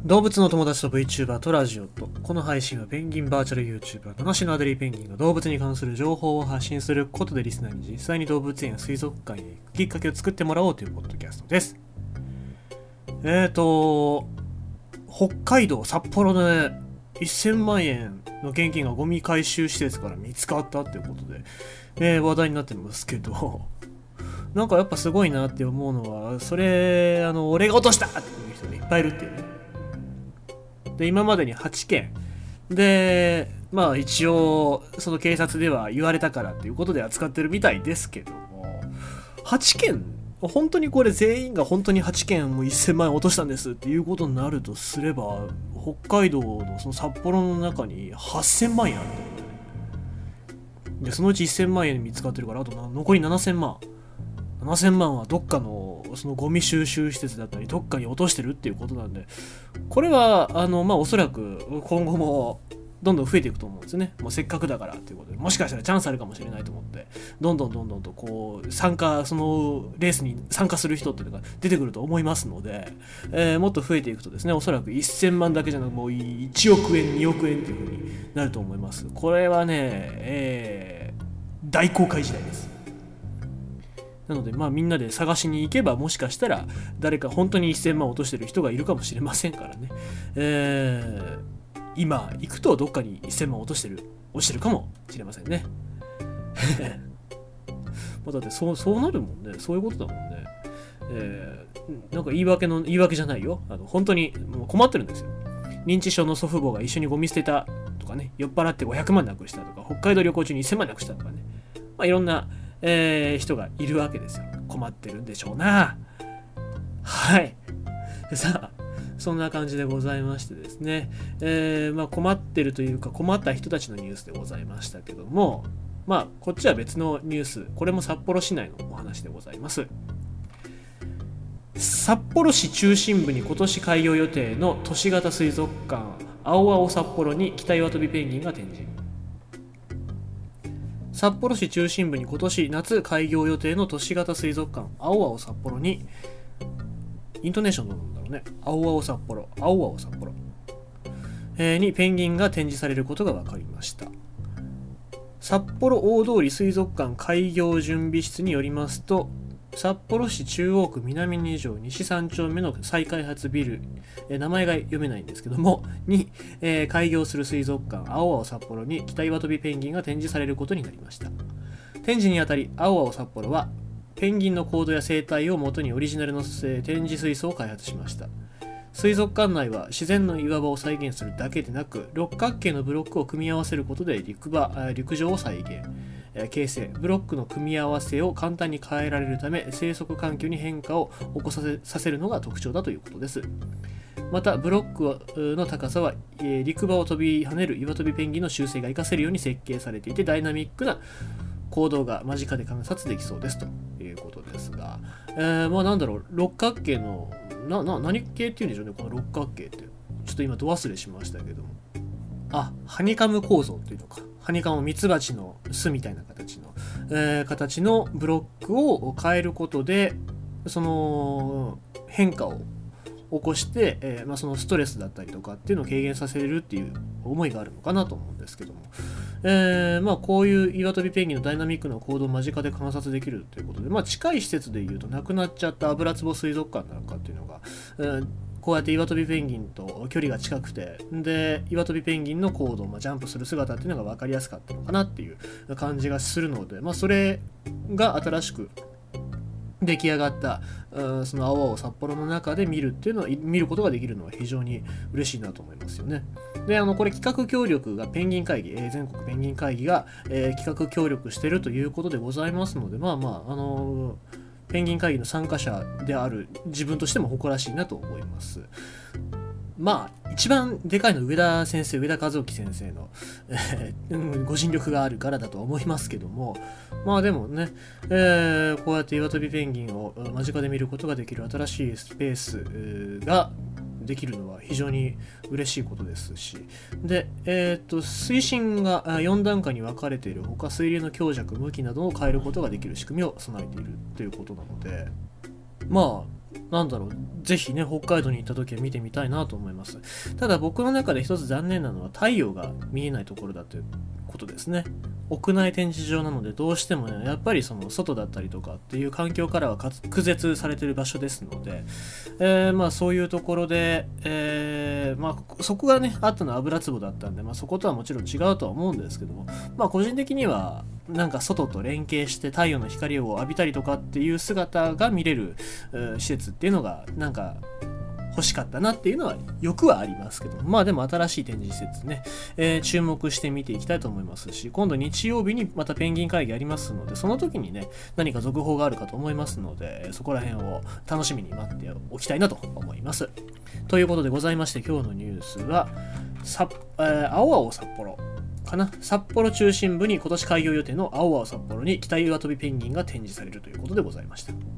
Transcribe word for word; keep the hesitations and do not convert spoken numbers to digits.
動物の友達と VTuber とラジオと、この配信はペンギンバーチャル YouTuber 七種のアデリーペンギンが動物に関する情報を発信することでリスナーに実際に動物園や水族館へ行くきっかけを作ってもらおうというポッドキャストです。えーと北海道札幌でせんまんえんの現金がゴミ回収施設から見つかったっていうことで、えー、話題になってますけどなんかやっぱすごいなって思うのは、それあの俺が落としたっていう人がいっぱいいるっていうね。で今までにはちけんで、まあ一応その警察では言われたからっていうことで扱ってるみたいですけども、はちけん本当にこれ全員が本当にはちけんもせんまんえん落としたんですっていうことになるとすれば、北海道のその札幌の中にはっせんまんえんあるってことね。でそのうちせんまんえん見つかってるから、あと残りななせんまんななせんまんはどっかのそのゴミ収集施設だったりどっかに落としてるっていうことなんで、これはあのまあおそらく今後もどんどん増えていくと思うんですね。もうせっかくだからっていうことで、もしかしたらチャンスあるかもしれないと思って、どんどんどんどんとこう参加、そのレースに参加する人っていうのが出てくると思いますので、えー、もっと増えていくとですね、おそらくせんまんだけじゃなくもういちおくえんにおくえんっていう風になると思います。これはね、えー、大公開時代です。なのでまあみんなで探しに行けば、もしかしたら誰か本当にせんまん落としてる人がいるかもしれませんからね。えー、今行くとどっかにせんまん落としてる落ちてるかもしれませんね。まあだってそうそうなるもんね。そういうことだもんね。えー、なんか言い訳の言い訳じゃないよ。あの本当にもう困ってるんですよ。認知症の祖父母が一緒にゴミ捨てたとかね、酔っ払ってごひゃくまんなくしたとか、北海道旅行中にせんまんなくしたとかね。まあいろんなえー、人がいるわけですよ。困ってるんでしょうな。はい。さあ、そんな感じでございましてですね、えーまあ、困ってるというか困った人たちのニュースでございましたけども、まあこっちは別のニュース、これも札幌市内のお話でございます。札幌市中心部に今年開業予定の都市型水族館青青札幌に北岩飛びペンギンが展示。札幌市中心部に今年夏開業予定の都市型水族館青青札幌に、イントネーションなんだろうね、青青札幌青青札幌、えー、にペンギンが展示されることが分かりました。札幌大通水族館開業準備室によりますと、札幌市中央区南二条西さん丁目の再開発ビル、えー、名前が読めないんですけどもに、えー、開業する水族館青青札幌に北岩飛びペンギンが展示されることになりました。展示にあたり青青札幌はペンギンの行動や生態をもとにオリジナルの展示水槽を開発しました。水族館内は自然の岩場を再現するだけでなく、六角形のブロックを組み合わせることで 陸場、陸上を再現、形成、ブロックの組み合わせを簡単に変えられるため、生息環境に変化を起こさせ、させるのが特徴だということです。またブロックの高さは、えー、陸場を飛び跳ねる岩飛びペンギンの習性が活かせるように設計されていて、ダイナミックな行動が間近で観察できそうですということですが、えー、まあなんだろう、六角形のなな何系っていうんでしょうね、この六角形って。ちょっと今ど忘れしましたけども、あ、ハニカム構造っていうのか、ハニカムミツバチの巣みたいな形の、えー、形のブロックを変えることで、その変化を起こして、えーまあ、そのストレスだったりとかっていうのを軽減させるっていう思いがあるのかなと思うんですけども、えーまあ、こういう岩飛びペンギンのダイナミックな行動を間近で観察できるということで、まあ、近い施設でいうとなくなっちゃった油壺水族館なんかっていうのが、えー、こうやって岩飛びペンギンと距離が近くて、で岩飛びペンギンの行動、まあ、ジャンプする姿っていうのが分かりやすかったのかなっていう感じがするので、まあ、それが新しく出来上がった、うん、その青青札幌の中で見るっていうのは見ることができるのは非常に嬉しいなと思いますよね。で、あのこれ企画協力がペンギン会議、えー、全国ペンギン会議が、えー、企画協力しているということでございますので、まあまああのー、ペンギン会議の参加者である自分としても誇らしいなと思います。まあ一番でかいのは上田先生、上田和興先生の、えー、ご尽力があるからだとは思いますけども、まあでもね、えー、こうやって岩飛びペンギンを間近で見ることができる新しいスペースができるのは非常に嬉しいことですし、で、えー、と水深がよん段階に分かれているほか、水流の強弱、向きなどを変えることができる仕組みを備えているということなので、 まあなんだろう、ぜひね北海道に行った時は見てみたいなと思います。ただ僕の中で一つ残念なのは太陽が見えないところだということですね。屋内展示場なのでどうしてもねやっぱりその外だったりとかっていう環境からは区絶されている場所ですので、えー、まあそういうところで、えー、まあそこがねあったのは油壺だったんで、まあそことはもちろん違うとは思うんですけども、まあ個人的にはなんか外と連携して太陽の光を浴びたりとかっていう姿が見れる施設っていうのがなんか欲しかったなっていうのは欲はありますけど、まあでも新しい展示施設ね、えー、注目して見ていきたいと思いますし、今度日曜日にまたペンギン会議ありますので、その時にね何か続報があるかと思いますので、そこら辺を楽しみに待っておきたいなと思います。ということでございまして、今日のニュースはさ、えー、青青札幌かな、札幌中心部に今年開業予定の青青札幌に北岩飛びペンギンが展示されるということでございました。